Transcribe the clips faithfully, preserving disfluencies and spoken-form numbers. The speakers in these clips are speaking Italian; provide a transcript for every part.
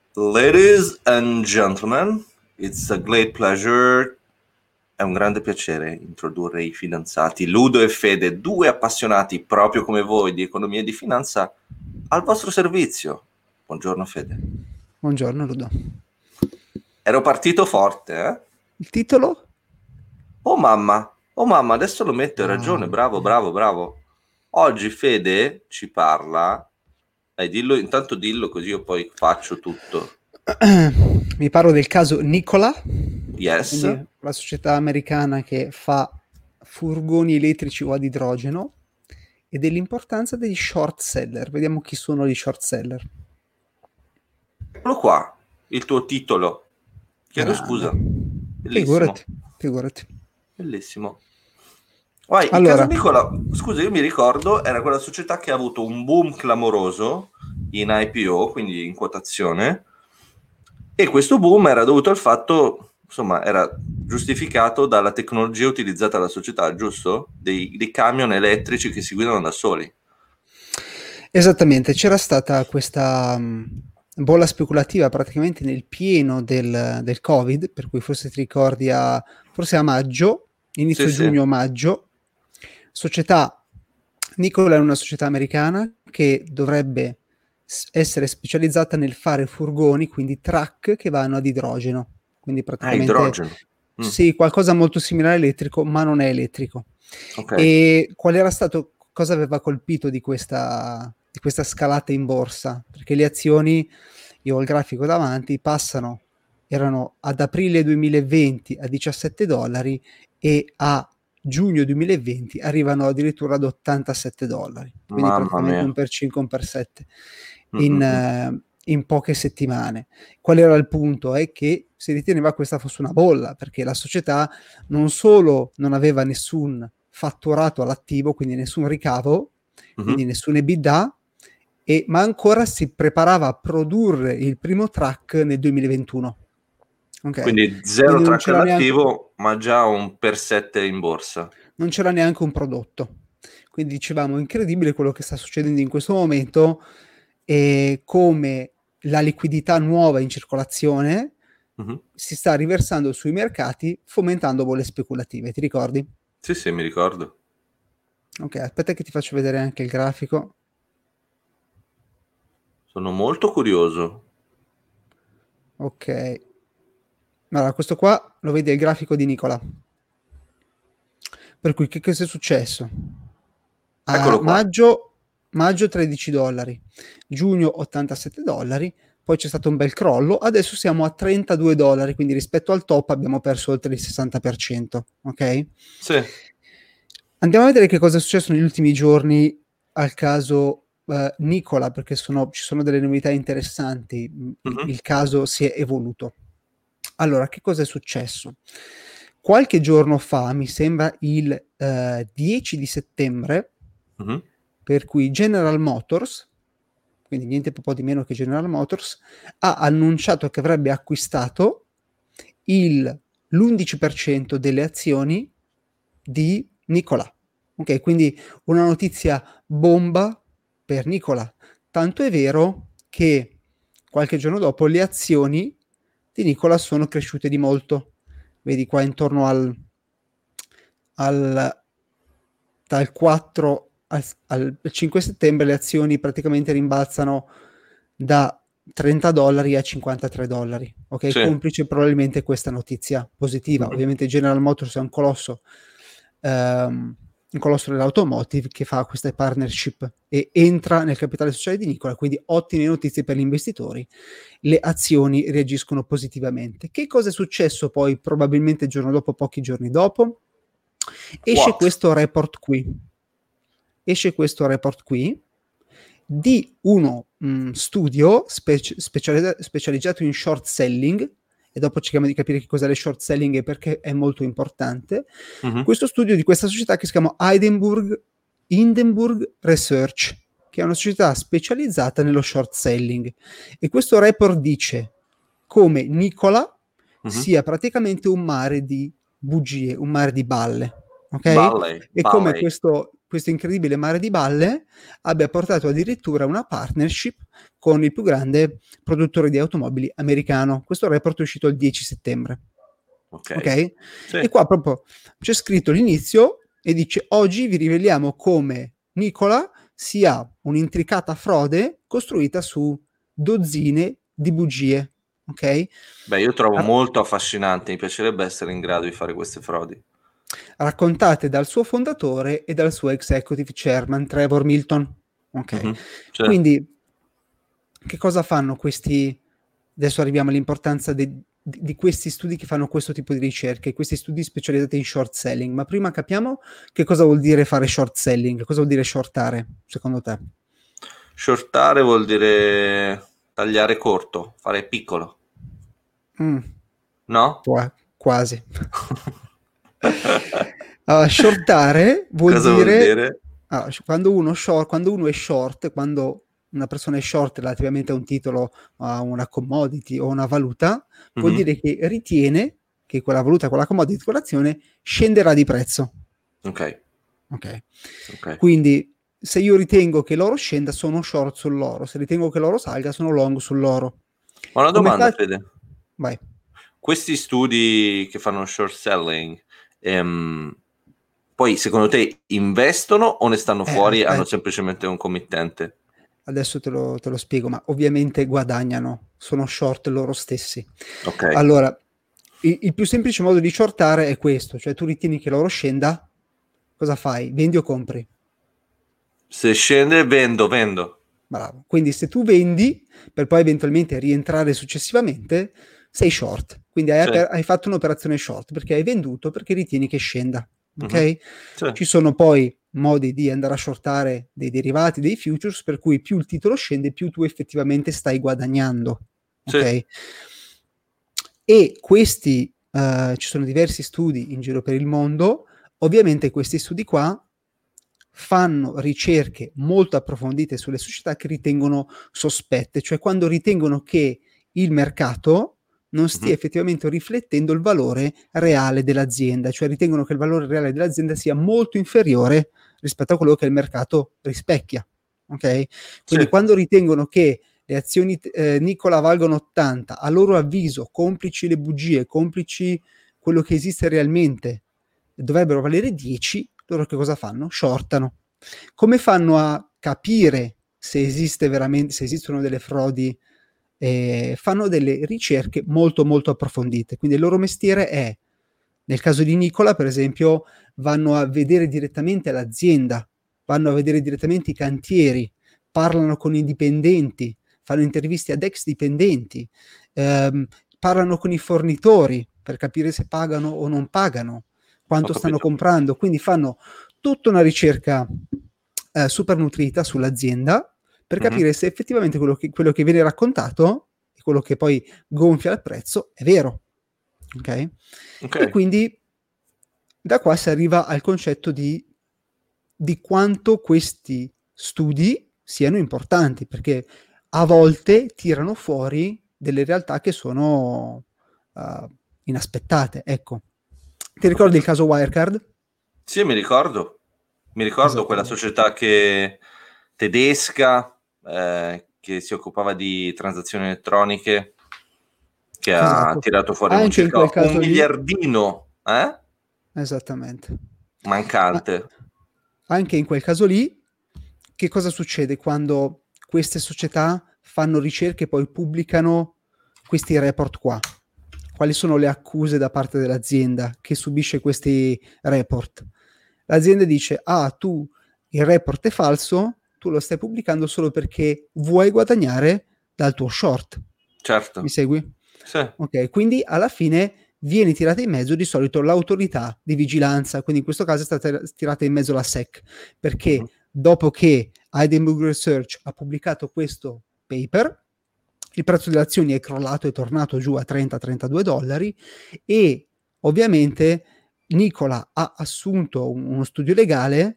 Ladies and gentlemen, it's a great pleasure, è un grande piacere introdurre i fidanzati Ludo e Fede, due appassionati proprio come voi di economia e di finanza, al vostro servizio. Buongiorno Fede. Buongiorno Ludo. Ero partito forte, eh? Il titolo? Oh mamma, oh mamma, adesso lo metto, hai Ah. ragione, bravo, bravo, bravo. Oggi Fede ci parla, dai, dillo, intanto dillo così io poi faccio tutto. Vi parlo del caso Nikola, Yes. quindi la società americana che fa furgoni elettrici o ad idrogeno, e dell'importanza degli short seller. Vediamo chi sono gli short seller. Eccolo qua, il tuo titolo. Chiedo Grande. scusa. Bellissimo. Figurati, figurati. Bellissimo. Vai, il Allora. caso Nikola, scusa, io mi ricordo, era quella società che ha avuto un boom clamoroso in I P O, quindi in quotazione, e questo boom era dovuto al fatto, insomma, era giustificato dalla tecnologia utilizzata dalla società, giusto? Dei, dei camion elettrici che si guidano da soli. Esattamente, c'era stata questa um, bolla speculativa praticamente nel pieno del, del Covid, per cui forse ti ricordi a, forse a maggio, inizio Sì, giugno sì. maggio, società, Nikola è una società americana che dovrebbe essere specializzata nel fare furgoni, quindi truck che vanno ad idrogeno, quindi praticamente ah, idrogeno. Mm. Sì, qualcosa molto simile all'elettrico, ma non è elettrico. Okay. E qual era stato, cosa aveva colpito di questa, di questa scalata in borsa? Perché le azioni, io ho il grafico davanti, passano, erano ad aprile duemilaventi a diciassette dollari e a giugno duemilaventi arrivano addirittura ad ottantasette dollari, quindi Mamma praticamente mia. un per cinque, un per sette Mm, in, mm, mm. eh, in poche settimane. Qual era il punto? È che si riteneva questa fosse una bolla, perché la società non solo non aveva nessun fatturato all'attivo, quindi nessun ricavo, Mhm. quindi nessun EBITDA, e, ma ancora si preparava a produrre il primo truck nel duemilaventuno. Okay. Quindi zero Quindi non track c'era neanche, all'attivo, ma già un per sette in borsa. non c'era neanche un prodotto. Quindi dicevamo, incredibile quello che sta succedendo in questo momento, e come la liquidità nuova in circolazione Mhm. si sta riversando sui mercati, fomentando bolle speculative. Ti ricordi? Sì, sì, mi ricordo. Ok, aspetta che ti faccio vedere anche il grafico. Sono molto curioso. Ok. Allora, questo qua lo vedi, è il grafico di Nicola. Per cui che cosa è successo? A Eccolo qua. maggio, maggio tredici dollari, giugno ottantasette dollari, poi c'è stato un bel crollo, adesso siamo a trentadue dollari, quindi rispetto al top abbiamo perso oltre il sessanta per cento, ok? Sì. Andiamo a vedere che cosa è successo negli ultimi giorni al caso uh, Nikola, perché sono, ci sono delle novità interessanti, il, Mhm. il caso si è evoluto. Allora, che cosa è successo? Qualche giorno fa, mi sembra il uh, dieci di settembre, Mhm. per cui General Motors, quindi niente po' di meno che General Motors, ha annunciato che avrebbe acquistato il, l'undici per cento delle azioni di Nikola. Ok, quindi una notizia bomba per Nikola. Tanto è vero che qualche giorno dopo le azioni di Nikola sono cresciute di molto. Vedi qua intorno al, al dal quattro al, al cinque settembre le azioni praticamente rimbalzano da trenta dollari a cinquantatré dollari, ok? Sì. Complice probabilmente questa notizia positiva. Mhm. Ovviamente General Motors è un colosso, um, un colosso dell'automotive che fa queste partnership e entra nel capitale sociale di Nikola, quindi ottime notizie per gli investitori. Le azioni reagiscono positivamente. Che cosa è successo poi probabilmente il giorno dopo, pochi giorni dopo? Esce What? questo report qui. Esce questo report qui di uno mh, studio speci- speciali- specializzato in short selling, e dopo cerchiamo di capire che cos'è le short selling e perché è molto importante. Mhm. Questo studio di questa società che si chiama Hindenburg, Hindenburg Research, che è una società specializzata nello short selling, e questo report dice come Nikola Mhm. sia praticamente un mare di bugie, un mare di balle. ok? Balle, E come balle. questo, questo incredibile mare di balle abbia portato addirittura una partnership con il più grande produttore di automobili americano. Questo report è uscito il dieci settembre. Ok. Ok? Sì. E qua proprio c'è scritto l'inizio e dice: oggi vi riveliamo come Nikola sia un'intricata frode costruita su dozzine di bugie. Ok? Beh, io trovo Ah, molto affascinante, mi piacerebbe essere in grado di fare queste frodi. raccontate dal suo fondatore e dal suo executive chairman Trevor Milton. Ok, Mhm, sì. quindi che cosa fanno questi? Adesso arriviamo all'importanza de- di, di questi studi che fanno questo tipo di ricerche, questi studi specializzati in short selling. Ma prima capiamo che cosa vuol dire fare short selling, cosa vuol dire shortare, secondo te? Shortare vuol dire tagliare corto, fare piccolo, Mm, no? qua- quasi. Uh, shortare vuol Cosa vuol dire dire? ah, sh- quando uno, short, quando uno è short, quando una persona è short relativamente a un titolo, a una commodity o una valuta, vuol Mhm, dire che ritiene che quella valuta, quella commodity, quell'azione scenderà di prezzo. ok, Ok. ok. Quindi se io ritengo che l'oro scenda, sono short sull'oro. Se ritengo che l'oro salga, sono long sull'oro. Ma una Come domanda, fa? Fede. Vai. Questi studi che fanno short selling, ehm, poi secondo te investono o ne stanno Eh, fuori e hanno aspetta. semplicemente un committente? Adesso te lo, te lo spiego, ma ovviamente guadagnano, sono short loro stessi. Ok, Allora, il, il più semplice modo di shortare è questo, cioè tu ritieni che l'oro scenda, cosa fai? Vendi o compri? se scende vendo, vendo. Bravo. Quindi se tu vendi per poi eventualmente rientrare successivamente, sei short. Quindi hai, Sì, aper- hai fatto un'operazione short perché hai venduto perché ritieni che scenda. mhm, Ok? sì, Ci sono poi modi di andare a shortare dei derivati, dei futures, per cui più il titolo scende, più tu effettivamente stai guadagnando. sì, Ok? E questi, eh, ci sono diversi studi in giro per il mondo. Ovviamente questi studi qua fanno ricerche molto approfondite sulle società che ritengono sospette, cioè quando ritengono che il mercato non stia mhm, effettivamente riflettendo il valore reale dell'azienda, cioè ritengono che il valore reale dell'azienda sia molto inferiore rispetto a quello che il mercato rispecchia. Ok? Quindi sì, quando ritengono che le azioni eh, Nikola valgono ottanta, a loro avviso, complici le bugie, complici quello che esiste realmente, dovrebbero valere dieci, loro che cosa fanno? Shortano. Come fanno a capire se esiste veramente, se esistono delle frodi? Eh, fanno delle ricerche molto molto approfondite. Quindi il loro mestiere è, nel caso di Nicola, per esempio, vanno a vedere direttamente l'azienda, vanno a vedere direttamente i cantieri, parlano con i dipendenti, fanno interviste ad ex dipendenti, ehm, parlano con i fornitori per capire se pagano o non pagano, ho quanto stanno capito. comprando, quindi fanno tutta una ricerca eh, super nutrita sull'azienda per Mhm, capire se effettivamente quello che, quello che viene raccontato e quello che poi gonfia il prezzo è vero. Ok? ok, E quindi da qua si arriva al concetto di, di quanto questi studi siano importanti, perché a volte tirano fuori delle realtà che sono uh, inaspettate. Ecco, ti ho ricordi il capito. caso Wirecard? Sì, mi ricordo, mi ricordo quella Esattamente. società che, tedesca eh, che si occupava di transazioni elettroniche, che ha Esatto. tirato fuori un Anche in circa quel un caso lì, miliardino, eh? esattamente. Ma Mancante. anche in quel caso lì, che cosa succede quando queste società fanno ricerche e poi pubblicano questi report qua? Quali sono le accuse da parte dell'azienda che subisce questi report? L'azienda dice: ah, tu il report è falso, tu lo stai pubblicando solo perché vuoi guadagnare dal tuo short. Mi Certo, segui? sì. Ok, quindi alla fine viene tirata in mezzo di solito l'autorità di vigilanza, quindi in questo caso è stata tirata in mezzo la S E C, perché Mhm. dopo che Heidenberg Research ha pubblicato questo paper, il prezzo delle azioni è crollato, è tornato giù a trenta trentadue dollari e ovviamente Nicola ha assunto un, uno studio legale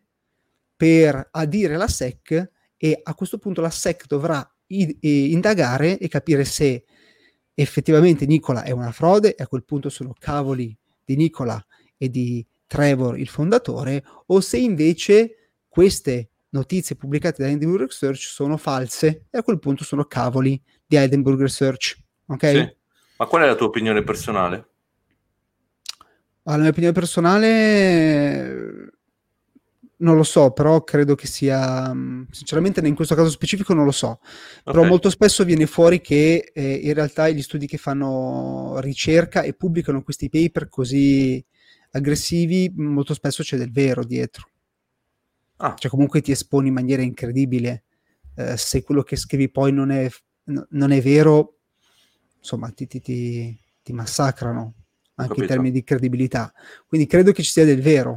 per adire la S E C e a questo punto la S E C dovrà i- e indagare e capire se effettivamente Nicola è una frode e a quel punto sono cavoli di Nicola e di Trevor il fondatore, o se invece queste notizie pubblicate da Hindenburg Research sono false, e a quel punto sono cavoli di Hindenburg Research, ok? Sì. Ma qual è la tua opinione personale? Ah, la mia opinione personale non lo so, però credo che sia, sinceramente in questo caso specifico non lo so, però Ok. molto spesso viene fuori che eh, in realtà gli studi che fanno ricerca e pubblicano questi paper così aggressivi, molto spesso c'è del vero dietro. Ah, Cioè comunque ti esponi in maniera incredibile. Eh, se quello che scrivi poi non è, n- non è vero, insomma ti, ti, ti, ti massacrano ho anche in capito. termini di credibilità. Quindi credo che ci sia del vero.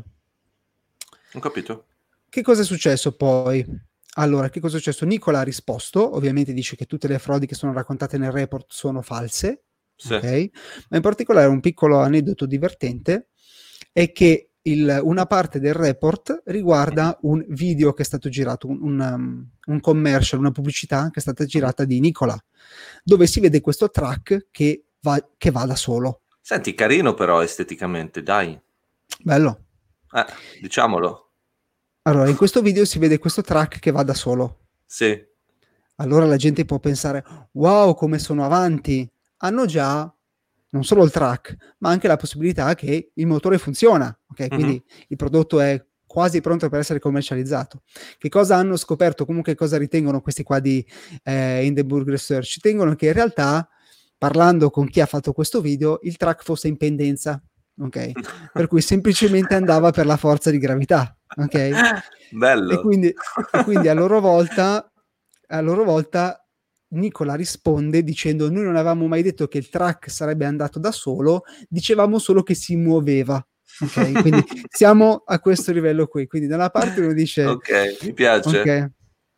Ho capito. Che cosa è successo poi? Allora, che cosa è successo? Nicola ha risposto, ovviamente dice che tutte le frodi che sono raccontate nel report sono false, Sì. ok? Ma in particolare un piccolo aneddoto divertente è che il, una parte del report riguarda un video che è stato girato, un, un, um, un commercial, una pubblicità che è stata girata di Nicola, dove si vede questo track che va, che va da solo. Senti, carino però esteticamente, dai. Bello. Eh, diciamolo. Allora, in questo video si vede questo track che va da solo. Sì. Allora la gente può pensare, wow, come sono avanti. Hanno già non solo il track, ma anche la possibilità che il motore funziona, ok? Mhm. Quindi il prodotto è quasi pronto per essere commercializzato. Che cosa hanno scoperto? Comunque cosa ritengono questi qua di eh, Hindenburg Research? Ritengono che in realtà, parlando con chi ha fatto questo video, il track fosse in pendenza, ok? Per cui semplicemente andava per la forza di gravità, ok? Bello. E quindi, e quindi a loro volta, a loro volta Nicola risponde dicendo: noi non avevamo mai detto che il track sarebbe andato da solo, dicevamo solo che si muoveva. Ok, quindi siamo a questo livello qui. Quindi da una parte uno dice: ok, mi piace. Ok,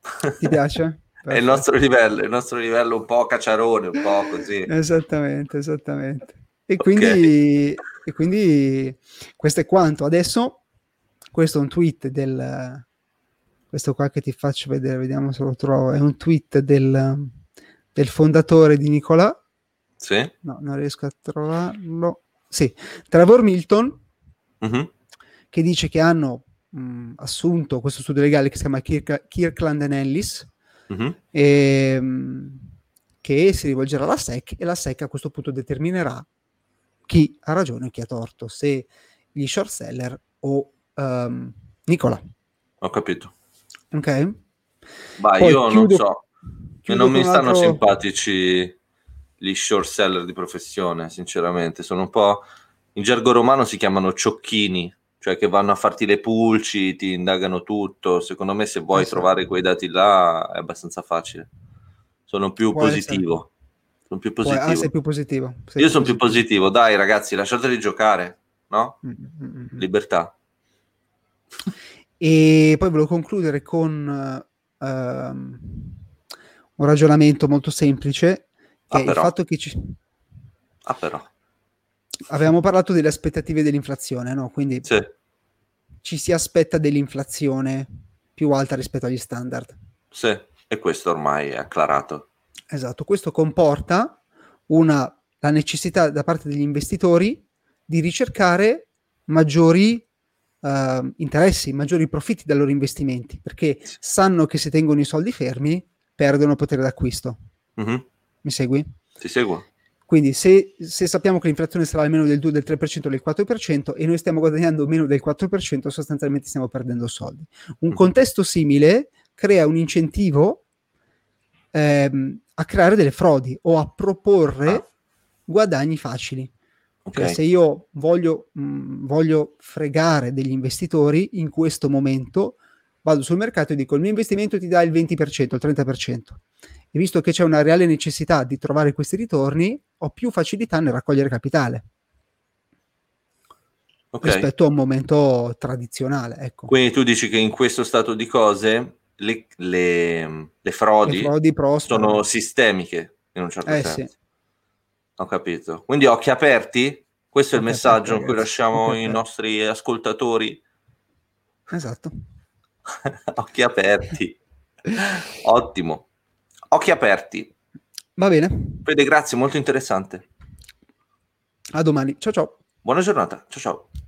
ti piace? È il nostro livello, il nostro livello un po' cacciarone, un po' così. Esattamente, esattamente. E Ok. quindi, e quindi questo è quanto. Adesso questo è un tweet del questo qua che ti faccio vedere, vediamo se lo trovo, è un tweet del, del fondatore di Nicola. Sì. No, non riesco a trovarlo. Sì, Trevor Milton, Mm-hmm. che dice che hanno mh, assunto questo studio legale che si chiama Kirk- Kirkland and Ellis, Mm-hmm. e, mh, che si rivolgerà alla S E C, e la S E C a questo punto determinerà chi ha ragione e chi ha torto, se gli short seller o um, Nicola. Ho capito. Ok? Bah, Poi io non chiudo, so. E chiudo non con mi un stanno altro... simpatici gli short seller di professione, sinceramente. Sono un po'... In gergo romano si chiamano ciocchini, cioè che vanno a farti le pulci, ti indagano tutto. Secondo me se vuoi Eh sì, trovare quei dati là è abbastanza facile. Sono più può essere. positivo. Sono più Può... Ah, sei positivo. più positivo. Sei Io più sono più positivo. positivo. Dai ragazzi, lasciateli giocare, no? Mm, mm, mm, mm. Libertà. E poi volevo concludere con ehm, un ragionamento molto semplice, che Ah è il però, fatto che ci... ah però. avevamo parlato delle aspettative dell'inflazione, no? Quindi Sì, ci si aspetta dell'inflazione più alta rispetto agli standard. sì, e questo ormai è acclarato. Esatto, questo comporta una, la necessità da parte degli investitori di ricercare maggiori uh, interessi, maggiori profitti dai loro investimenti, perché Sì. sanno che se tengono i soldi fermi perdono potere d'acquisto. Mm-hmm. Mi segui? Ti seguo? Quindi se, se sappiamo che l'inflazione sarà almeno del due, del tre per cento, del quattro per cento e noi stiamo guadagnando meno del quattro per cento, sostanzialmente stiamo perdendo soldi. Un Mm-hmm. contesto simile crea un incentivo ehm, a creare delle frodi o a proporre Ah, guadagni facili. ok. Cioè se io voglio, mh, voglio fregare degli investitori in questo momento, vado sul mercato e dico il mio investimento ti dà il venti per cento, il trenta per cento. E visto che c'è una reale necessità di trovare questi ritorni, ho più facilità nel raccogliere capitale Ok. rispetto a un momento tradizionale. Ecco. Quindi tu dici che in questo stato di cose le, le, le frodi, Le frodi prosperano. sono sistemiche in un certo Eh senso. sì. Ho capito. Quindi occhi aperti, questo è il Occhi messaggio aperti, in cui ragazzi. lasciamo Occhi i aperti. nostri ascoltatori. Esatto. Occhi aperti. Ottimo. Occhi aperti. Va bene. Fede, grazie, molto interessante. A domani. Ciao ciao. Buona giornata. Ciao ciao.